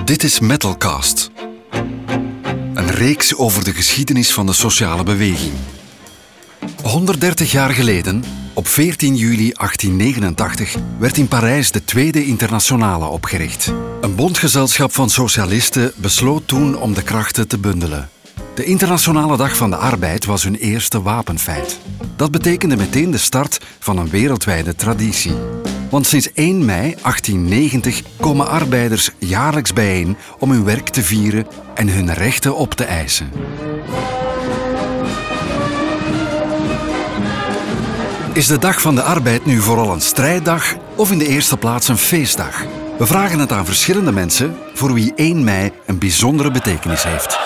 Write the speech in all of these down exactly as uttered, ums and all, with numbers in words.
Dit is Metalcast. Een reeks over de geschiedenis van de sociale beweging. honderddertig jaar geleden, op veertien juli achttien negenentachtig, werd in Parijs de Tweede Internationale opgericht. Een bondgezelschap van socialisten besloot toen om de krachten te bundelen. De Internationale Dag van de Arbeid was hun eerste wapenfeit. Dat betekende meteen de start van een wereldwijde traditie. Want sinds één mei achttien negentig komen arbeiders jaarlijks bijeen om hun werk te vieren en hun rechten op te eisen. Is de Dag van de Arbeid nu vooral een strijddag of in de eerste plaats een feestdag? We vragen het aan verschillende mensen voor wie één mei een bijzondere betekenis heeft.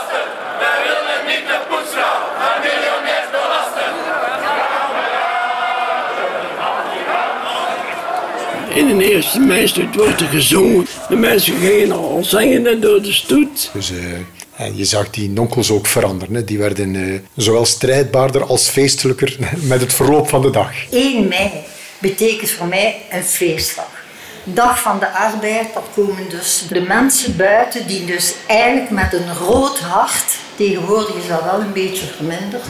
In de eerste mei wordt er gezongen. De mensen gingen al zingen door de stoet. Dus uh, je zag die nonkels ook veranderen. Hè. Die werden uh, zowel strijdbaarder als feestelijker met het verloop van de dag. één mei betekent voor mij een feestdag. Dag van de arbeid, dat komen dus de mensen buiten die dus eigenlijk met een rood hart, tegenwoordig is dat wel een beetje verminderd.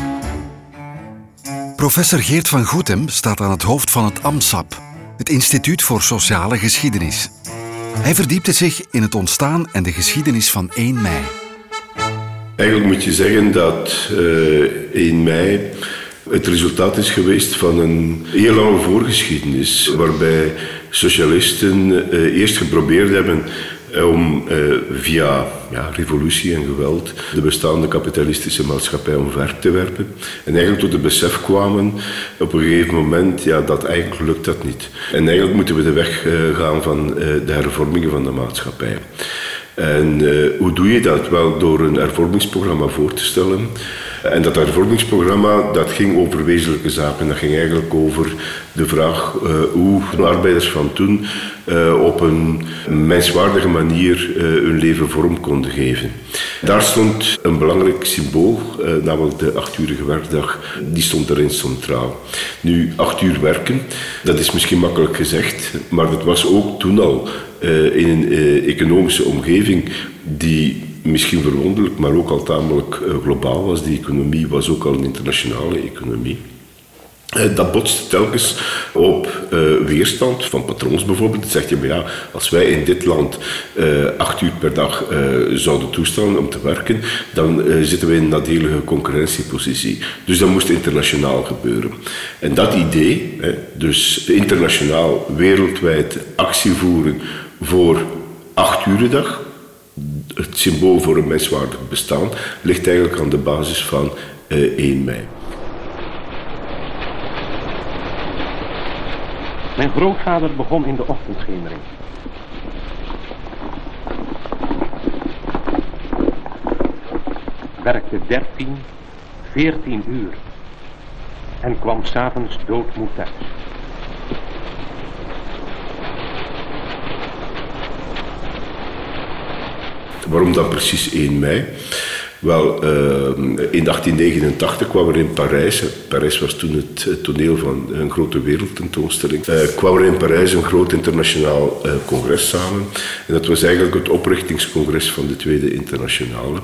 Professor Geert van Goethem staat aan het hoofd van het AMSAP, het Instituut voor Sociale Geschiedenis. Hij verdiepte zich in het ontstaan en de geschiedenis van één mei. Eigenlijk moet je zeggen dat uh, één mei het resultaat is geweest van een heel lange voorgeschiedenis, waarbij socialisten uh, eerst geprobeerd hebben om uh, via ja, revolutie en geweld de bestaande kapitalistische maatschappij omver te werpen. En eigenlijk tot het besef kwamen op een gegeven moment, ja, dat eigenlijk lukt dat niet. En eigenlijk moeten we de weg uh, gaan van uh, de hervormingen van de maatschappij. En uh, hoe doe je dat? Wel door een hervormingsprogramma voor te stellen. En dat hervormingsprogramma, dat ging over wezenlijke zaken. Dat ging eigenlijk over de vraag uh, hoe de arbeiders van toen uh, op een menswaardige manier uh, hun leven vorm konden geven. Daar stond een belangrijk symbool, uh, namelijk de achtuurige werkdag. Die stond erin centraal. Nu, acht uur werken, dat is misschien makkelijk gezegd, maar dat was ook toen al uh, in een uh, economische omgeving die misschien verwonderlijk, maar ook al tamelijk uh, globaal was. Die economie was ook al een internationale economie. Uh, dat botst telkens op uh, weerstand van patroons bijvoorbeeld. Dat zegt je, maar ja, als wij in dit land uh, acht uur per dag uh, zouden toestaan om te werken, dan uh, zitten we in een nadelige concurrentiepositie. Dus dat moest internationaal gebeuren. En dat idee, hè, dus internationaal, wereldwijd actie voeren voor acht uur dag, het symbool voor een menswaardig bestaan, ligt eigenlijk aan de basis van uh, één mei. Mijn grootvader begon in de ochtendschemering. Werkte dertien, veertien uur en kwam 's avonds doodmoe thuis. Waarom dan precies één mei? Wel, uh, in achttien negenentachtig kwam er in Parijs, Parijs was toen het toneel van een grote wereldtentoonstelling, uh, kwam er in Parijs een groot internationaal uh, congres samen. En dat was eigenlijk het oprichtingscongres van de Tweede Internationale.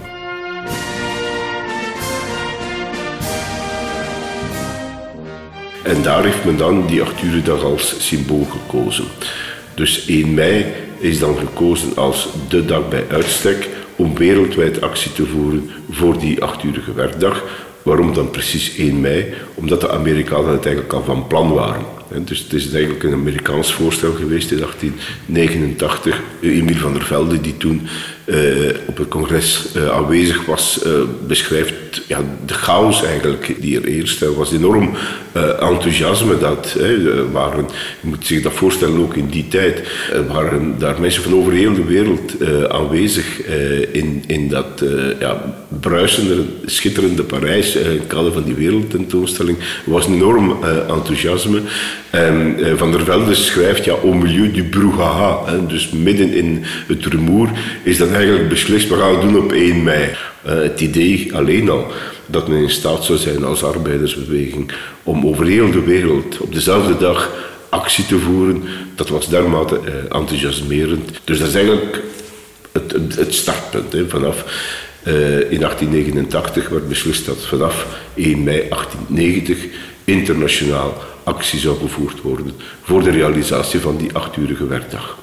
En daar heeft men dan die acht uur dag als symbool gekozen. Dus één mei is dan gekozen als de dag bij uitstek om wereldwijd actie te voeren voor die achtuurige werkdag. Waarom dan precies één mei? Omdat de Amerikanen het eigenlijk al van plan waren. Dus het is eigenlijk een Amerikaans voorstel geweest in achttien negenentachtig. Emiel van der Velde, die toen uh, op het congres uh, aanwezig was, uh, beschrijft ja, de chaos eigenlijk die er eerst. Er was enorm uh, enthousiasme. Dat, uh, waren, je moet zich dat voorstellen ook in die tijd. Er waren daar mensen van over heel de wereld uh, aanwezig uh, in, in dat uh, ja, bruisende, schitterende Parijs. Uh, in het kader van die wereldtentoonstelling. Er was een enorm uh, enthousiasme. En uh, Van der Velde schrijft, ja, au milieu du brouhaha, hè, dus midden in het rumoer, is dat eigenlijk beslist, we gaan het doen op één mei. Uh, het idee alleen al dat men in staat zou zijn als arbeidersbeweging om over heel de wereld op dezelfde dag actie te voeren, dat was dermate uh, enthousiasmerend. Dus dat is eigenlijk het, het, het startpunt. Hè. Vanaf, uh, in achttien negenentachtig werd beslist dat vanaf één mei achttien negentig internationaal actie zou gevoerd worden voor de realisatie van die achturige werkdag.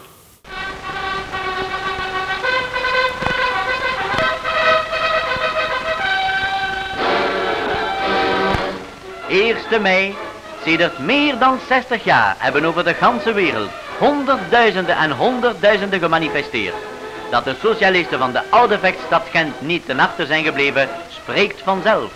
eerste mei, sedert meer dan zestig jaar hebben over de ganse wereld honderdduizenden en honderdduizenden gemanifesteerd. Dat de socialisten van de oude vechtstad Gent niet ten achter zijn gebleven, spreekt vanzelf.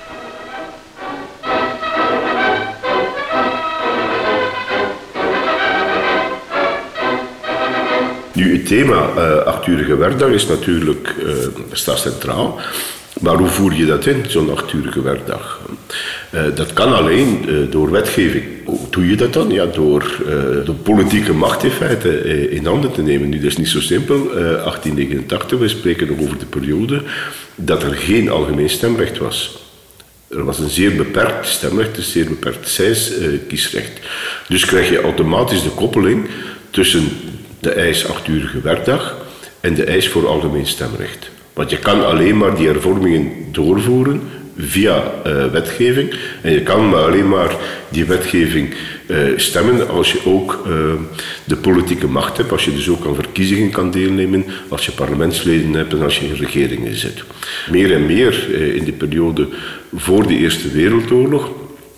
Nu, het thema uh, achturige werkdag is natuurlijk uh, staat centraal. Maar hoe voer je dat in, zo'n achturige werkdag? Uh, dat kan alleen uh, door wetgeving. Hoe doe je dat dan? Ja, door uh, de politieke macht in feite uh, in handen te nemen. Nu, dat is niet zo simpel. Uh, achttien negenentachtig, we spreken nog over de periode dat er geen algemeen stemrecht was. Er was een zeer beperkt stemrecht, een zeer beperkt zijs-kiesrecht. Dus krijg je automatisch de koppeling tussen de eis achturige werkdag en de eis voor algemeen stemrecht. Want je kan alleen maar die hervormingen doorvoeren via uh, wetgeving. En je kan maar alleen maar die wetgeving uh, stemmen als je ook uh, de politieke macht hebt. Als je dus ook aan verkiezingen kan deelnemen. Als je parlementsleden hebt en als je in regeringen zit. Meer en meer uh, in de periode voor de Eerste Wereldoorlog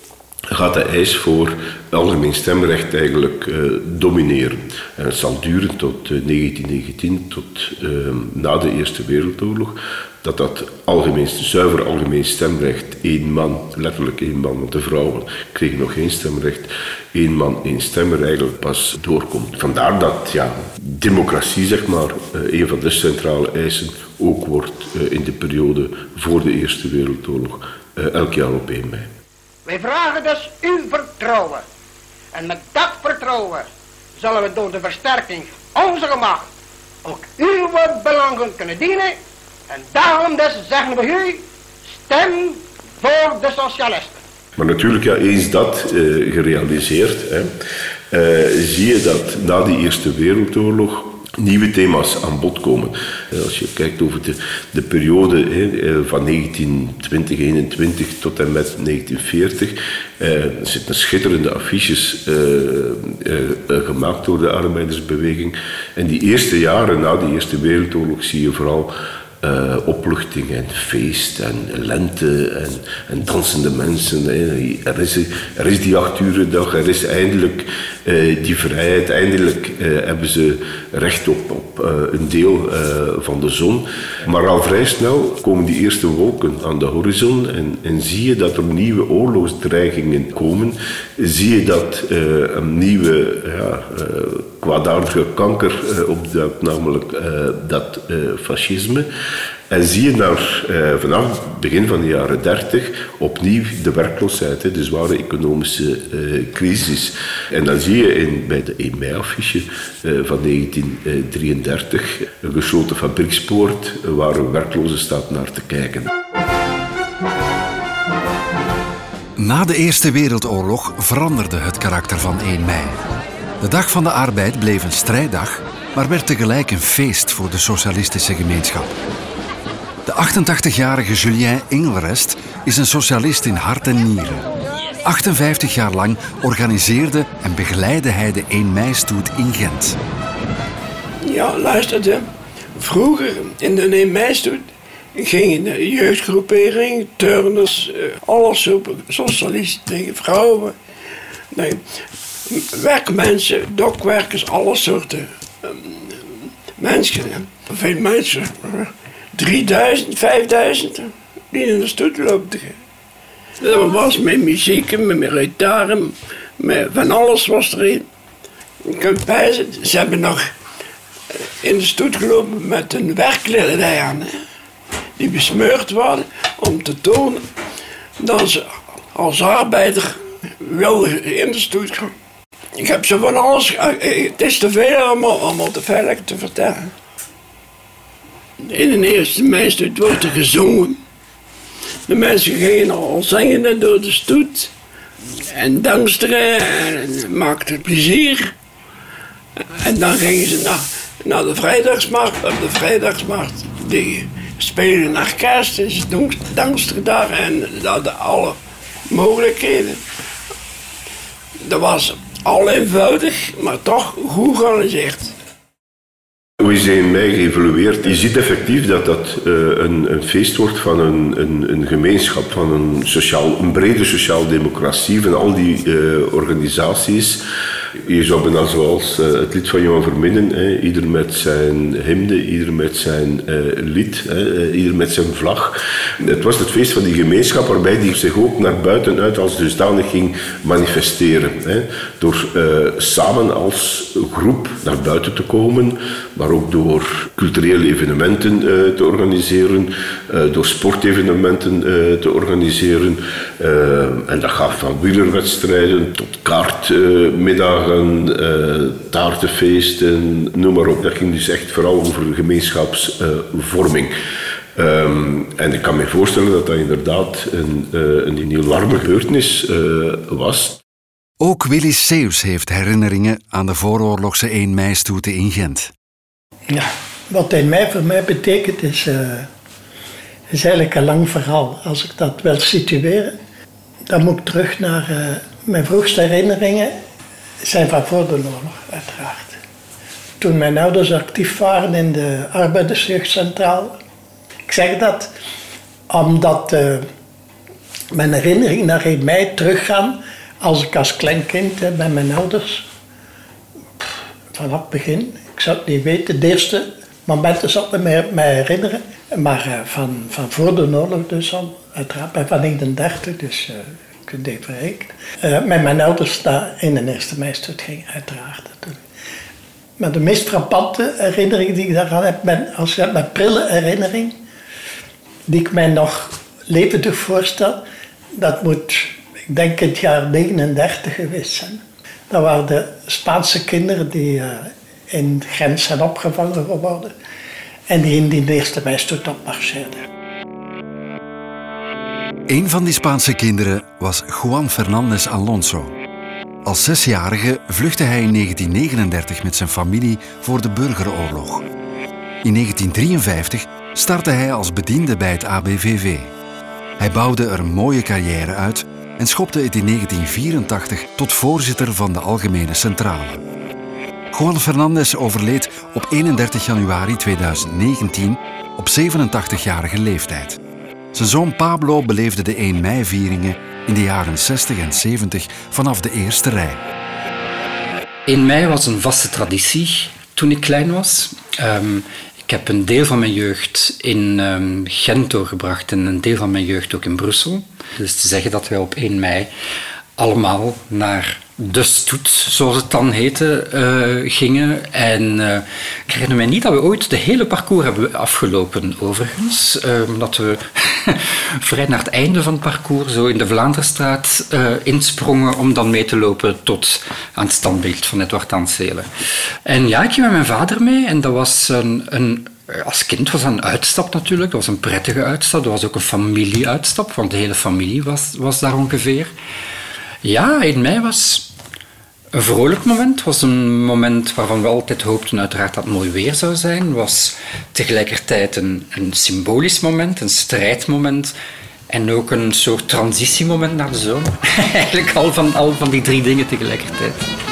gaat de eis voor algemeen stemrecht eigenlijk uh, domineren. En het zal duren tot uh, negentien negentien, tot uh, na de Eerste Wereldoorlog, dat dat algemeen, zuiver algemeen stemrecht, één man, letterlijk één man, want de vrouwen kregen nog geen stemrecht, één man, één stemmer eigenlijk pas doorkomt. Vandaar dat ja, democratie, zeg maar, uh, een van de centrale eisen ook wordt uh, in de periode voor de Eerste Wereldoorlog, uh, elk jaar op één mei. Wij vragen dus uw vertrouwen. En met dat vertrouwen zullen we door de versterking onze macht ook uw belangen kunnen dienen. En daarom dus zeggen we u, stem voor de socialisten. Maar natuurlijk, ja, eens dat uh, gerealiseerd, hè, uh, zie je dat na die Eerste Wereldoorlog nieuwe thema's aan bod komen. Als je kijkt over de, de periode hè, van negentien twintig eenentwintig tot en met negentien veertig, eh, er zitten schitterende affiches eh, eh, gemaakt door de arbeidersbeweging. En die eerste jaren na de Eerste Wereldoorlog zie je vooral Uh, opluchting en feest en lente en, en dansende mensen. Hè. Er, is, er is die acht uren dag, er is eindelijk uh, die vrijheid, eindelijk uh, hebben ze recht op, op uh, een deel uh, van de zon. Maar al vrij snel komen die eerste wolken aan de horizon en, en zie je dat er nieuwe oorlogsdreigingen komen. Zie je dat uh, een nieuwe ja, uh, kwaadaardige kanker uh, opduikt, namelijk uh, dat uh, fascisme. En zie je naar, eh, vanaf het begin van de jaren dertig opnieuw de werkloosheid, hè, de zware economische eh, crisis. En dan zie je in, bij de één mei-affiche eh, van negentien drieëndertig een gesloten fabriekspoort waar een werkloze staat naar te kijken. Na de Eerste Wereldoorlog veranderde het karakter van één mei. De Dag van de Arbeid bleef een strijddag, maar werd tegelijk een feest voor de socialistische gemeenschap. De achtentachtigjarige Julien Engelrest is een socialist in hart en nieren. achtenvijftig jaar lang organiseerde en begeleidde hij de één mei-stoet in Gent. Ja, luisterde. Vroeger in de één mei-stoet gingen de jeugdgroeperingen, turners, alles zo, socialisten tegen vrouwen. Nee, werkmensen, dokwerkers, alle soorten um, mensen. Veel mensen, drieduizend, vijfduizend, die in de stoet loopten. Dat was met muziek, met gitaren, met van alles was erin. Ik kan wijzen, ze hebben nog in de stoet gelopen met een werkkledij aan, hè, die besmeurd waren om te tonen dat ze als arbeider wilden in de stoet gaan. Ik heb ze van alles, het is te veel allemaal, allemaal te veel te vertellen. In de eerste mei-stoet wordt er gezongen. De mensen gingen al zingen door de stoet en dansten en maakten plezier. En dan gingen ze naar, naar de vrijdagsmarkt. Op de vrijdagsmarkt die spelen naar kerst, is dansten daar en dat hadden alle mogelijkheden. Dat was al eenvoudig, maar toch goed georganiseerd. Hoe is in mij geëvolueerd? Je ziet effectief dat dat uh, een, een feest wordt van een, een, een gemeenschap, van een, sociaal, een brede sociale democratie, van al die uh, organisaties. Je zou bijna zoals uh, het lied van Johan Verminnen, hè, ieder met zijn hymne, ieder met zijn uh, lied, hè, uh, ieder met zijn vlag. Het was het feest van die gemeenschap waarbij die zich ook naar buiten uit als dusdanig ging manifesteren. Hè, door uh, samen als groep naar buiten te komen, maar ook door culturele evenementen uh, te organiseren, uh, door sportevenementen uh, te organiseren. Uh, en dat gaat van wielerwedstrijden tot kaartmiddagen, uh, taartenfeesten, noem maar op. Dat ging dus echt vooral over gemeenschapsvorming. Uh, um, en ik kan me voorstellen dat dat inderdaad een, uh, een enorme gebeurtenis uh, was. Ook Willy Seus heeft herinneringen aan de vooroorlogse één mei-stoeten in Gent. Ja, wat één mei voor mij betekent is, uh, is eigenlijk een lang verhaal. Als ik dat wil situeren, dan moet ik terug naar uh, mijn vroegste herinneringen. Zijn van voor de oorlog, uiteraard. Toen mijn ouders actief waren in de arbeidersjeugdcentrale. Ik zeg dat omdat uh, mijn herinneringen naar één mei teruggaan als ik als klein kind uh, bij mijn ouders. Pff, vanaf het begin, ik zou het niet weten, de eerste momenten zal ik me, me herinneren. Maar uh, van, van voor de oorlog dus al, uiteraard, ben van eenendertig, dus uh, je kunt even rekenen. Uh, met mijn ouders daar in de eerste meistoet ging, uiteraard. Maar de meest frappante herinnering die ik daaraan heb, ben, als je met prille herinnering, die ik mij nog levendig voorstel, dat moet, ik denk, het jaar negenendertig geweest zijn. Dat waren de Spaanse kinderen die uh, in Gent zijn opgevangen geworden en die in die eerste meistoet opmarcheerden. Een van die Spaanse kinderen was Juan Fernández Alonso. Als zesjarige vluchtte hij in negentien negenendertig met zijn familie voor de burgeroorlog. In negentien drieënvijftig startte hij als bediende bij het A B V V. Hij bouwde er een mooie carrière uit en schopte het in negentien vierentachtig tot voorzitter van de Algemene Centrale. Juan Fernández overleed op eenendertig januari tweeduizend negentien op zevenentachtigjarige leeftijd. Zijn zoon Pablo beleefde de één mei-vieringen in de jaren zestig en zeventig vanaf de eerste rij. één mei was een vaste traditie toen ik klein was. Um, ik heb een deel van mijn jeugd in um, Gent doorgebracht en een deel van mijn jeugd ook in Brussel. Dus te zeggen dat wij op één mei allemaal naar de stoet, zoals het dan heette, uh, gingen. En uh, ik herinner mij niet dat we ooit de hele parcours hebben afgelopen, overigens. Uh, omdat we vrij naar het einde van het parcours zo in de Vlaanderstraat uh, insprongen om dan mee te lopen tot aan het standbeeld van Edward Anselen. En ja, ik ging met mijn vader mee en dat was een... een Als kind was dat een uitstap natuurlijk, dat was een prettige uitstap. Dat was ook een familieuitstap, want de hele familie was, was daar ongeveer. Ja, één mei was een vrolijk moment. Het was een moment waarvan we altijd hoopten uiteraard dat het mooi weer zou zijn. Het was tegelijkertijd een, een symbolisch moment, een strijdmoment en ook een soort transitiemoment naar de zomer. Eigenlijk al van, al van die drie dingen tegelijkertijd.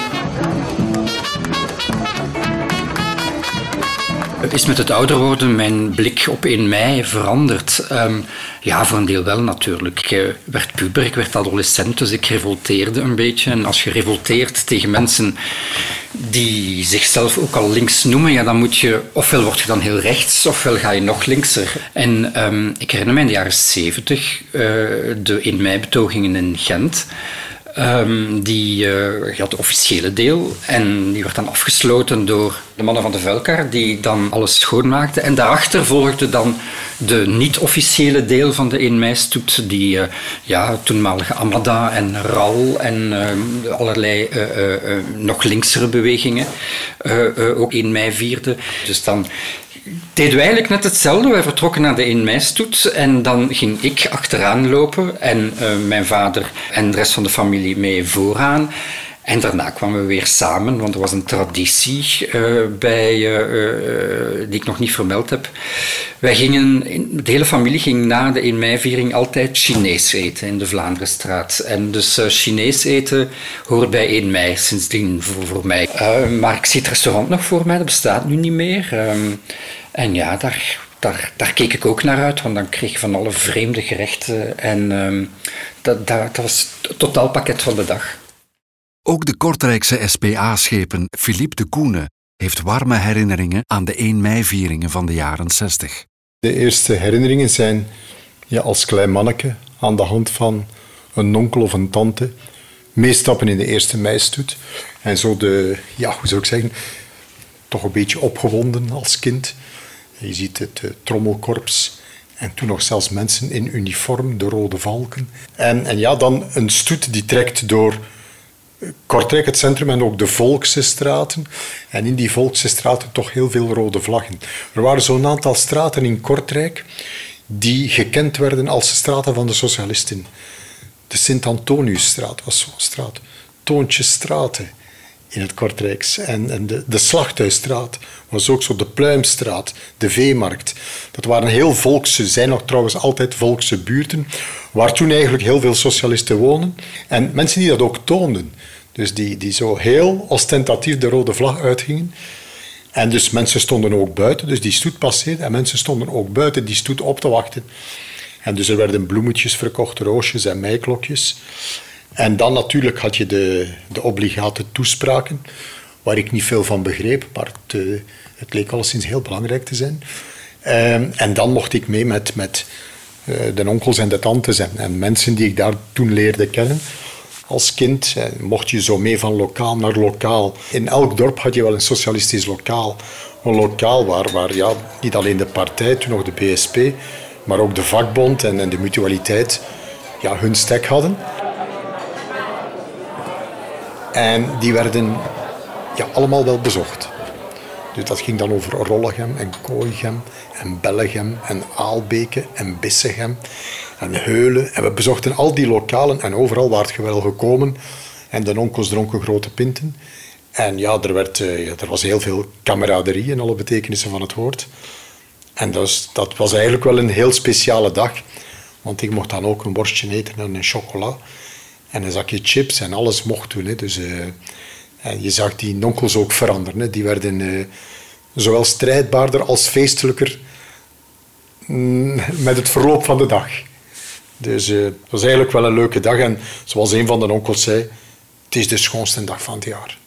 Is met het ouder worden mijn blik op één mei veranderd? Um, ja, voor een deel wel natuurlijk. Ik werd puber, ik werd adolescent, dus ik revolteerde een beetje. En als je revolteert tegen mensen die zichzelf ook al links noemen, ja, dan moet je, ofwel word je dan heel rechts, ofwel ga je nog linkser. En um, ik herinner me in de jaren zeventig uh, de één mei-betogingen in Gent. Um, die uh, had het officiële deel en die werd dan afgesloten door de mannen van de vuilkar die dan alles schoonmaakten. En daarachter volgde dan de niet-officiële deel van de één mei-stoet die uh, ja, toenmalige Amada en Ral en uh, allerlei uh, uh, uh, nog linksere bewegingen uh, uh, ook één mei vierden. Dus dan deden we eigenlijk net hetzelfde. Wij vertrokken naar de één mei-stoet en dan ging ik achteraan lopen en uh, mijn vader en de rest van de familie mee vooraan. En daarna kwamen we weer samen, want er was een traditie uh, bij, uh, uh, die ik nog niet vermeld heb. Wij gingen, de hele familie ging na de één mei-viering altijd Chinees eten in de Vlaanderenstraat. En dus uh, Chinees eten hoort bij één mei, sindsdien voor, voor mij. Uh, maar ik zie het restaurant nog voor mij, dat bestaat nu niet meer. Um, en ja, daar... Daar, daar keek ik ook naar uit, want dan kreeg je van alle vreemde gerechten. En um, dat, dat, dat was het totaalpakket van de dag. Ook de Kortrijkse S P A-schepen Philippe de Koene heeft warme herinneringen aan de één mei-vieringen van de jaren zestig. De eerste herinneringen zijn ja, als klein manneke aan de hand van een onkel of een tante meestappen in de eerste meistoet. En zo de, ja, hoe zou ik zeggen, toch een beetje opgewonden als kind. Je ziet het uh, trommelkorps en toen nog zelfs mensen in uniform, de Rode Valken. En, en ja, dan een stoet die trekt door Kortrijk, het centrum, en ook de volkse straten. En in die volkse straten toch heel veel rode vlaggen. Er waren zo'n aantal straten in Kortrijk die gekend werden als de straten van de socialisten. De Sint-Antoniusstraat was zo'n straat. Toontjesstraten in het Kortrijks. En, en de, de Slachthuisstraat was ook zo, de Pluimstraat, de Veemarkt. Dat waren heel volkse, zijn nog trouwens altijd volkse buurten, waar toen eigenlijk heel veel socialisten wonen. En mensen die dat ook toonden. Dus die, die zo heel ostentatief de rode vlag uitgingen. En dus mensen stonden ook buiten, dus die stoet passeerde. En mensen stonden ook buiten die stoet op te wachten. En dus er werden bloemetjes verkocht, roosjes en meiklokjes. En dan natuurlijk had je de, de obligate toespraken, waar ik niet veel van begreep, maar het, uh, het leek alleszins heel belangrijk te zijn. Um, en dan mocht ik mee met, met uh, de onkels en de tantes en, en mensen die ik daar toen leerde kennen. Als kind uh, mocht je zo mee van lokaal naar lokaal. In elk dorp had je wel een socialistisch lokaal. Een lokaal waar, waar ja, niet alleen de partij, toen nog de B S P, maar ook de vakbond en, en de mutualiteit ja, hun stek hadden. En die werden ja, allemaal wel bezocht. Dus dat ging dan over Rollegem en Kooigem en Bellegem en Aalbeke en Bissegem en Heulen. En we bezochten al die lokalen en overal waart je wel gekomen. En de onkels dronken grote pinten. En ja, er, werd, uh, er was heel veel kameraderie in alle betekenissen van het woord. En dus, dat was eigenlijk wel een heel speciale dag. Want ik mocht dan ook een worstje eten en een chocola. En een zakje chips en alles mocht doen. Hè. Dus, uh, en je zag die onkels ook veranderen. Hè. Die werden uh, zowel strijdbaarder als feestelijker mm, met het verloop van de dag. Dus uh, het was eigenlijk wel een leuke dag. En zoals een van de onkels zei, het is de schoonste dag van het jaar.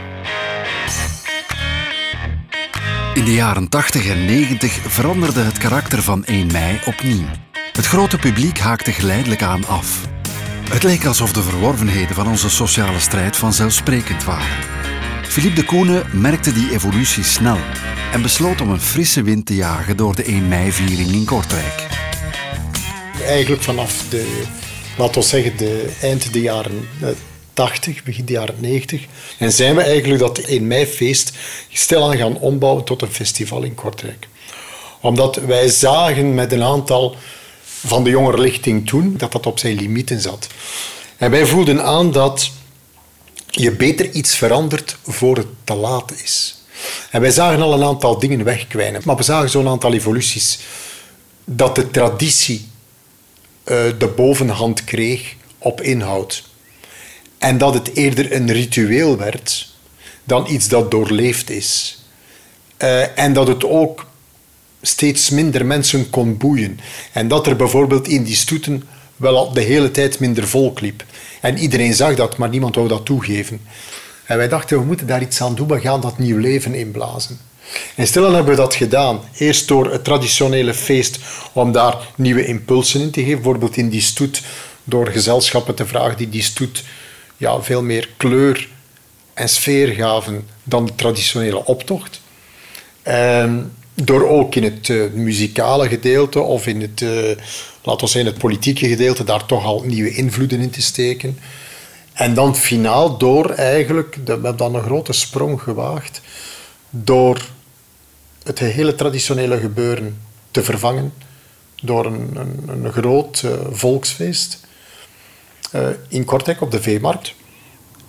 In de jaren tachtig en negentig veranderde het karakter van één mei opnieuw. Het grote publiek haakte geleidelijk aan af. Het leek alsof de verworvenheden van onze sociale strijd vanzelfsprekend waren. Philippe de Koene merkte die evolutie snel en besloot om een frisse wind te jagen door de één mei-viering in Kortrijk. Eigenlijk vanaf de, laten we zeggen, de eind de jaren tachtig, begin de jaren negentig, en zijn we eigenlijk dat één mei-feest stilaan gaan ombouwen tot een festival in Kortrijk. Omdat wij zagen met een aantal van de jongere lichting toen, dat dat op zijn limieten zat. En wij voelden aan dat je beter iets verandert voor het te laat is. En wij zagen al een aantal dingen wegkwijnen, maar we zagen zo'n aantal evoluties dat de traditie uh, de bovenhand kreeg op inhoud. En dat het eerder een ritueel werd dan iets dat doorleefd is. Uh, en dat het ook steeds minder mensen kon boeien. En dat er bijvoorbeeld in die stoeten wel al de hele tijd minder volk liep. En iedereen zag dat, maar niemand wou dat toegeven. En wij dachten, we moeten daar iets aan doen, we gaan dat nieuw leven inblazen. En stilaan hebben we dat gedaan. Eerst door het traditionele feest, om daar nieuwe impulsen in te geven. Bijvoorbeeld in die stoet, door gezelschappen te vragen die die stoet ja, veel meer kleur en sfeer gaven dan de traditionele optocht. En door ook in het uh, muzikale gedeelte of in het, uh, laten we zeggen, het politieke gedeelte daar toch al nieuwe invloeden in te steken. En dan finaal door eigenlijk, we hebben dan een grote sprong gewaagd, door het hele traditionele gebeuren te vervangen door een, een, een groot uh, volksfeest uh, in Kortrijk op de Veemarkt.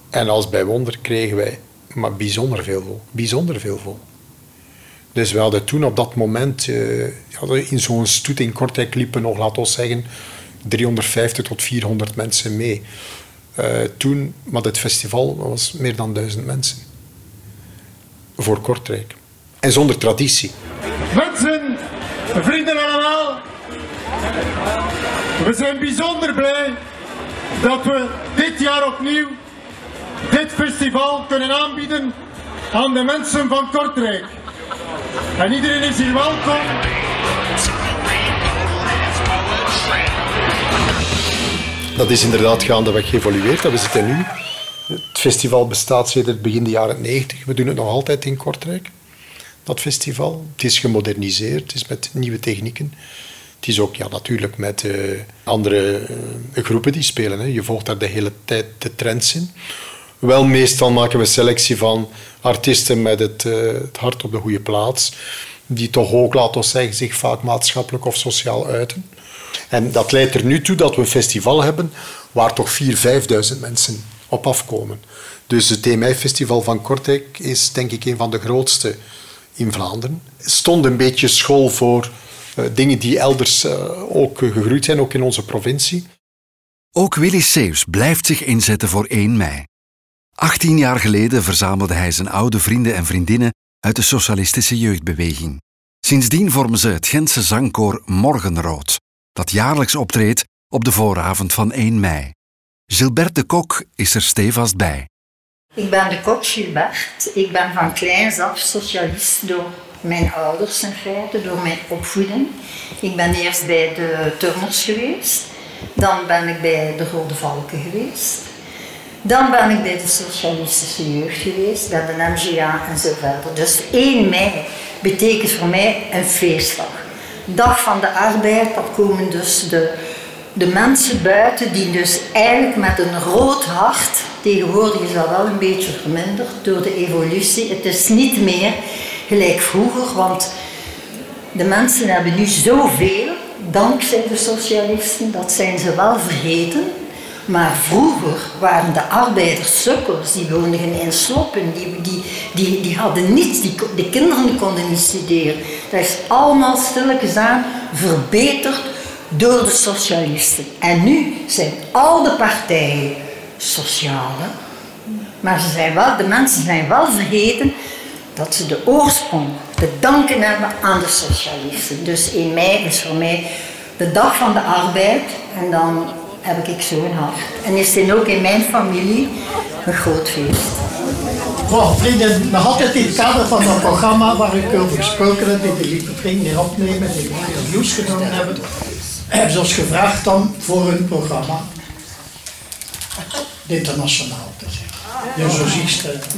En als bij wonder kregen wij maar bijzonder veel vol. Bijzonder veel vol. Dus we hadden toen op dat moment, uh, in zo'n stoet in Kortrijk liepen nog, laten we zeggen, driehonderdvijftig tot vierhonderd mensen mee. Uh, toen, maar het festival was meer dan duizend mensen. Voor Kortrijk. En zonder traditie. Mensen, vrienden allemaal. We zijn bijzonder blij dat we dit jaar opnieuw dit festival kunnen aanbieden aan de mensen van Kortrijk. En iedereen is hier welkom. Dat is inderdaad gaandeweg geëvolueerd. We zitten nu. Het festival bestaat sinds begin de jaren negentig. We doen het nog altijd in Kortrijk, dat festival. Het is gemoderniseerd, het is met nieuwe technieken. Het is ook ja, natuurlijk met uh, andere uh, groepen die spelen. Hè. Je volgt daar de hele tijd de trends in. Wel, meestal maken we selectie van artiesten met het, uh, het hart op de goede plaats. Die toch ook, laten we zeggen, zich vaak maatschappelijk of sociaal uiten. En dat leidt er nu toe dat we een festival hebben waar toch vierduizend, vijfduizend mensen op afkomen. Dus het E M I-festival van Kortrijk is denk ik een van de grootste in Vlaanderen. Het stond een beetje school voor uh, dingen die elders uh, ook uh, gegroeid zijn, ook in onze provincie. Ook Willy Seeuws blijft zich inzetten voor één mei. achttien jaar geleden verzamelde hij zijn oude vrienden en vriendinnen uit de socialistische jeugdbeweging. Sindsdien vormen ze het Gentse zangkoor Morgenrood, dat jaarlijks optreedt op de vooravond van één mei. Gilbert de Kok is er stevast bij. Ik ben de Kok Gilbert. Ik ben van kleins af socialist door mijn ouders in feite, door mijn opvoeding. Ik ben eerst bij de Turners geweest, dan ben ik bij de Rode Valken geweest. Dan ben ik bij de socialistische jeugd geweest, bij de M G A en zo verder. Dus één mei betekent voor mij een feestdag. Dag van de arbeid, dat komen dus de, de mensen buiten die dus eigenlijk met een rood hart, tegenwoordig is dat wel een beetje verminderd door de evolutie, het is niet meer gelijk vroeger, want de mensen hebben nu zoveel, dankzij de socialisten, dat zijn ze wel vergeten. Maar vroeger waren de arbeiders sukkels, die woonden in sloppen, die, die, die, die hadden niets, die, de kinderen konden niet studeren. Dat is allemaal stilletjes aan verbeterd door de socialisten. En nu zijn al de partijen sociaal, hè? Maar ze zijn wel, de mensen zijn wel vergeten dat ze de oorsprong te danken hebben aan de socialisten. Dus één mei is voor mij de dag van de arbeid en dan heb ik zo'n hart. En is dit ook in mijn familie een groot feest. Wow, vrienden, nog altijd in het kader van dat programma waar ik over gesproken heb, die de lieve vrienden opnemen, die interviews genomen hebben, hebben ze ons gevraagd dan voor hun programma internationaal te zijn. Ja, zo zie je het.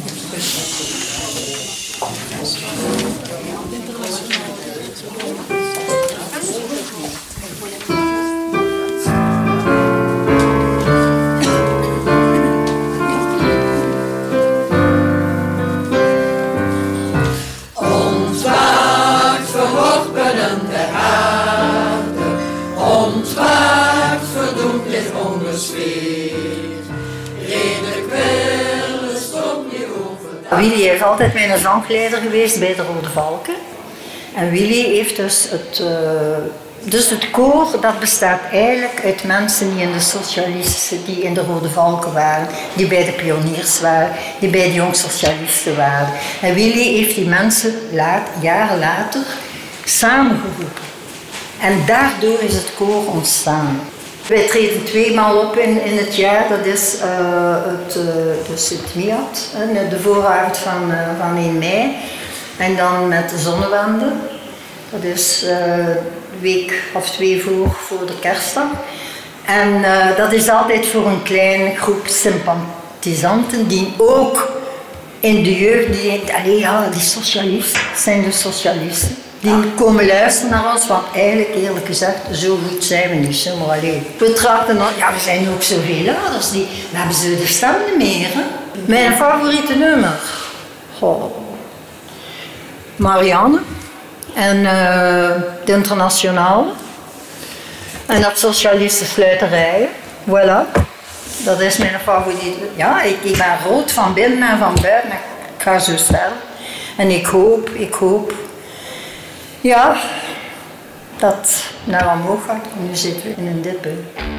Willy is altijd mijn zangleider geweest bij de Rode Valken. En Willy heeft dus het, uh, dus het koor, dat bestaat eigenlijk uit mensen die in de socialistische, die in de Rode Valken waren, die bij de pioniers waren, die bij de jong socialisten waren. En Willy heeft die mensen laat, jaren later samengeroepen. En daardoor is het koor ontstaan. Wij treden tweemaal op in, in het jaar, dat is uh, het, uh, dus het M I A T, uh, de vooravond van, uh, van één mei. En dan met de Zonnewende, dat is uh, een week of twee voor, voor de kerstdag. En uh, dat is altijd voor een kleine groep sympathisanten die ook in de jeugd, die, allee, ja, die socialisten zijn de socialisten. Die komen luisteren naar ons, want eigenlijk eerlijk gezegd, zo goed zijn we niet. Zo, maar alleen. We trachten nog, ja, we zijn ook zoveel ouders, die, we hebben zo de stem niet meer. Hè? Mijn favoriete nummer? Oh. Marianne. En uh, de Internationale. En dat socialistische sluiterijen. Voilà. Dat is mijn favoriet. Ja, ik, ik ben rood van binnen en van buiten. Ik ga zo stellen. En ik hoop, ik hoop... Ja, dat het naar omhoog gaat. Nu zitten we in een dipbui.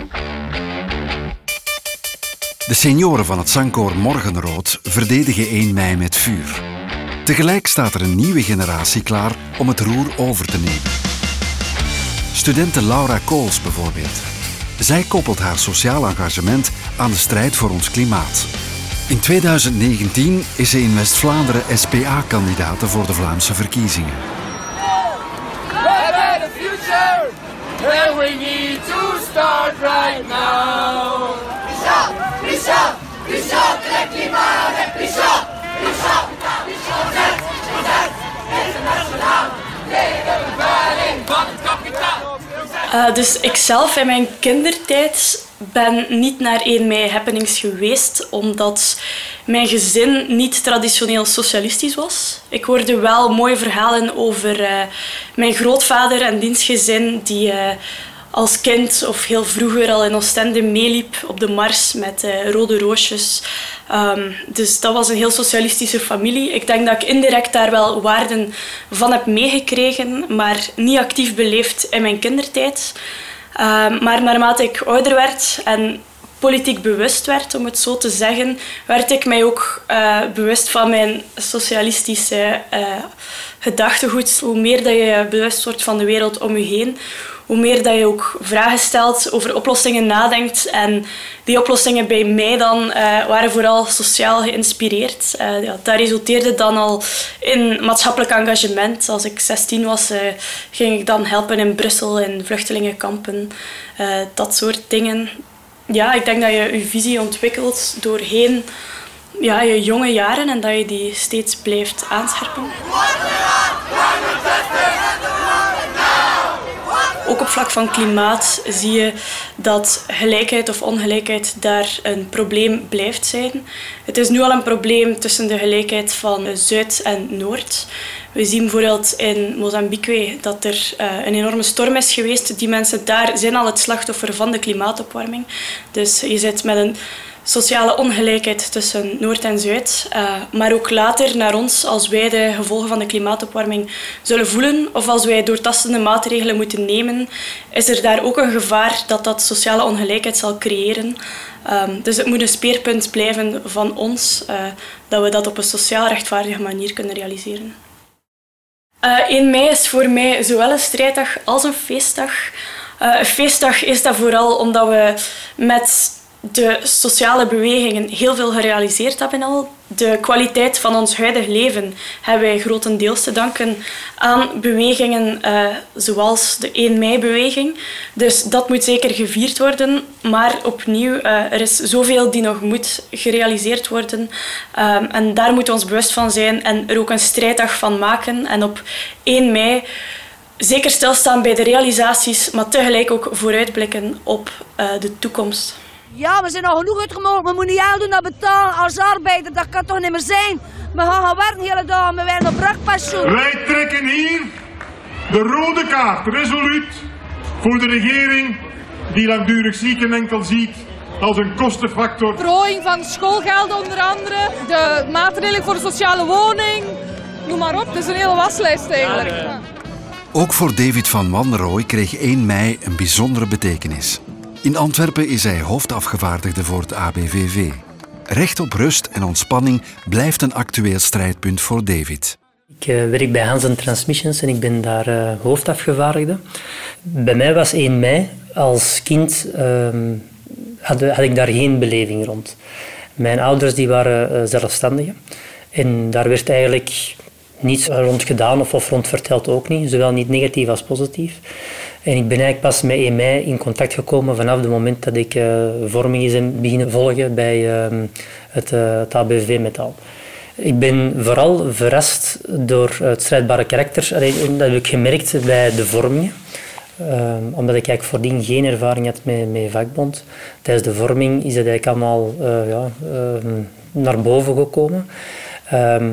De senioren van het zangkoor Morgenrood verdedigen één mei met vuur. Tegelijk staat er een nieuwe generatie klaar om het roer over te nemen. Studente Laura Kools bijvoorbeeld. Zij koppelt haar sociaal engagement aan de strijd voor ons klimaat. In tweeduizend negentien is ze in West-Vlaanderen S P A-kandidate voor de Vlaamse verkiezingen. We need to start right now. Richard, Richard, Richard, le klimaat, Richard, Richard, Richard, zet, zet, internationaal, tegen de bevuiling van het kapitaal. Uh, dus ikzelf in mijn kindertijd ben niet naar één mei happenings geweest, omdat mijn gezin niet traditioneel socialistisch was. Ik hoorde wel mooie verhalen over uh, mijn grootvader en diens gezin die uh, als kind of heel vroeger al in Oostende meeliep op de mars met uh, rode roosjes. Um, dus dat was een heel socialistische familie. Ik denk dat ik indirect daar wel waarden van heb meegekregen, maar niet actief beleefd in mijn kindertijd. Um, maar naarmate ik ouder werd en politiek bewust werd, om het zo te zeggen, werd ik mij ook uh, bewust van mijn socialistische uh, gedachtegoed. Hoe meer dat je bewust wordt van de wereld om je heen, hoe meer dat je ook vragen stelt, over oplossingen nadenkt. En die oplossingen bij mij dan uh, waren vooral sociaal geïnspireerd. Uh, ja, dat resulteerde dan al in maatschappelijk engagement. Als ik zestien was, uh, ging ik dan helpen in Brussel, in vluchtelingenkampen, uh, dat soort dingen. Ja, ik denk dat je je visie ontwikkelt doorheen ja, je jonge jaren en dat je die steeds blijft aanscherpen. Ook op vlak van klimaat zie je dat gelijkheid of ongelijkheid daar een probleem blijft zijn. Het is nu al een probleem tussen de gelijkheid van Zuid en Noord. We zien bijvoorbeeld in Mozambique dat er uh, een enorme storm is geweest. Die mensen daar zijn al het slachtoffer van de klimaatopwarming. Dus je zit met een sociale ongelijkheid tussen Noord en Zuid. Uh, maar ook later naar ons, als wij de gevolgen van de klimaatopwarming zullen voelen of als wij doortastende maatregelen moeten nemen, is er daar ook een gevaar dat dat sociale ongelijkheid zal creëren. Um, dus het moet een speerpunt blijven van ons, uh, dat we dat op een sociaal rechtvaardige manier kunnen realiseren. Uh, één mei is voor mij zowel een strijddag als een feestdag. Uh, een feestdag is dat vooral omdat we met de sociale bewegingen heel veel gerealiseerd hebben al. De kwaliteit van ons huidig leven hebben wij grotendeels te danken aan bewegingen uh, zoals de één mei-beweging. Dus dat moet zeker gevierd worden. Maar opnieuw, uh, er is zoveel die nog moet gerealiseerd worden. Um, en daar moeten we ons bewust van zijn en er ook een strijddag van maken. En op één mei zeker stilstaan bij de realisaties, maar tegelijk ook vooruitblikken op uh, de toekomst. Ja, we zijn al genoeg uitgemogen. We moeten niet al doen naar betalen als arbeider. Dat kan toch niet meer zijn. We gaan gaan werken de hele dag, maar wij hebben op braakpensioen. Wij trekken hier de rode kaart, resoluut, voor de regering die langdurig zieken enkel ziet als een kostenfactor. Verhoging van schoolgelden onder andere, de maatregelen voor de sociale woning, noem maar op. Het is een hele waslijst eigenlijk. Ja, ja. Ook voor David van Wanrooy kreeg één mei een bijzondere betekenis. In Antwerpen is hij hoofdafgevaardigde voor het A B V V. Recht op rust en ontspanning blijft een actueel strijdpunt voor David. Ik uh, werk bij Hansen Transmissions en ik ben daar uh, hoofdafgevaardigde. Bij mij was één mei. Als kind uh, had, had ik daar geen beleving rond. Mijn ouders die waren uh, zelfstandigen. En daar werd eigenlijk niets rond gedaan of, of rond verteld ook niet. Zowel niet negatief als positief. En ik ben eigenlijk pas met één mei in contact gekomen vanaf het moment dat ik uh, vorming is beginnen volgen bij uh, het, uh, het A B V V Metaal. Ik ben vooral verrast door het strijdbare karakter. Dat heb ik gemerkt bij de vormingen. Uh, omdat ik eigenlijk voordien geen ervaring had met, met vakbond. Tijdens de vorming is dat eigenlijk allemaal uh, ja, uh, naar boven gekomen. Uh,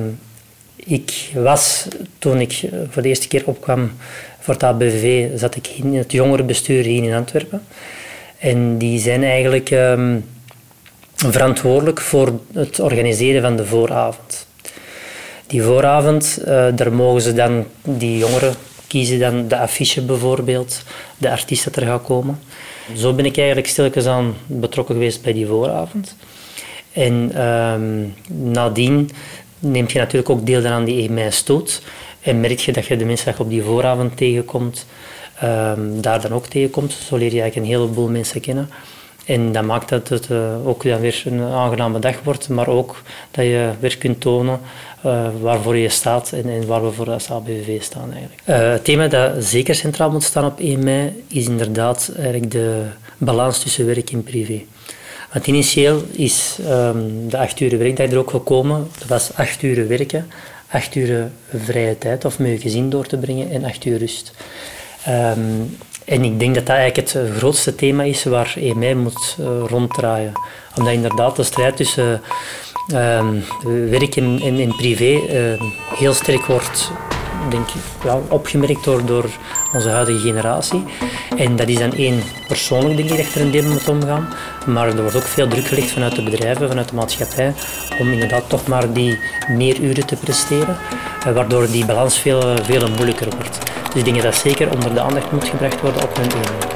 ik was, toen ik voor de eerste keer opkwam voor het A B V V, zat ik in het jongerenbestuur hier in Antwerpen. En die zijn eigenlijk um, verantwoordelijk voor het organiseren van de vooravond. Die vooravond, uh, daar mogen ze dan, die jongeren kiezen dan de affiche bijvoorbeeld, de artiest dat er gaat komen. Zo ben ik eigenlijk stilletjes aan betrokken geweest bij die vooravond. En uh, nadien neemt je natuurlijk ook deel aan die één mei stoot. En merk je dat je de mensen dat je op die vooravond tegenkomt, uh, daar dan ook tegenkomt. Zo leer je eigenlijk een heleboel mensen kennen. En dat maakt dat het uh, ook dan weer een aangename dag wordt, maar ook dat je weer kunt tonen uh, waarvoor je staat en, en waar we voor als A B V V staan eigenlijk. Uh, het thema dat zeker centraal moet staan op één mei is inderdaad eigenlijk de balans tussen werk en privé. Want initieel is um, de acht uur werkdag er ook gekomen. Dat was acht uur werken, acht uur vrije tijd of met je gezin door te brengen en acht uur rust. Um, En ik denk dat dat eigenlijk het grootste thema is waar één mei moet uh, ronddraaien. Omdat inderdaad de strijd tussen uh, werk en, en, en privé uh, heel sterk wordt, denk ik, ja, opgemerkt door, door onze huidige generatie. En dat is dan één persoonlijk, denk ik, dat er een deel moet omgaan. Maar er wordt ook veel druk gelegd vanuit de bedrijven, vanuit de maatschappij, om inderdaad toch maar die meer uren te presteren, uh, waardoor die balans veel, veel moeilijker wordt. Dus ik denk dat dat zeker onder de aandacht moet gebracht worden op een één mei.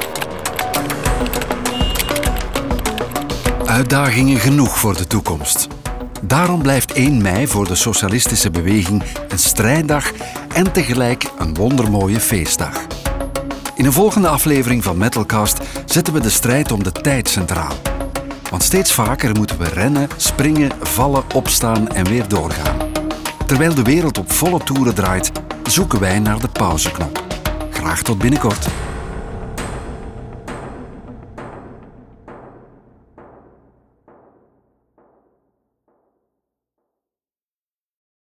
Uitdagingen genoeg voor de toekomst. Daarom blijft één mei voor de socialistische beweging een strijddag en tegelijk een wondermooie feestdag. In een volgende aflevering van Metalcast zetten we de strijd om de tijd centraal. Want steeds vaker moeten we rennen, springen, vallen, opstaan en weer doorgaan. Terwijl de wereld op volle toeren draait, zoeken wij naar de pauzeknop. Graag tot binnenkort.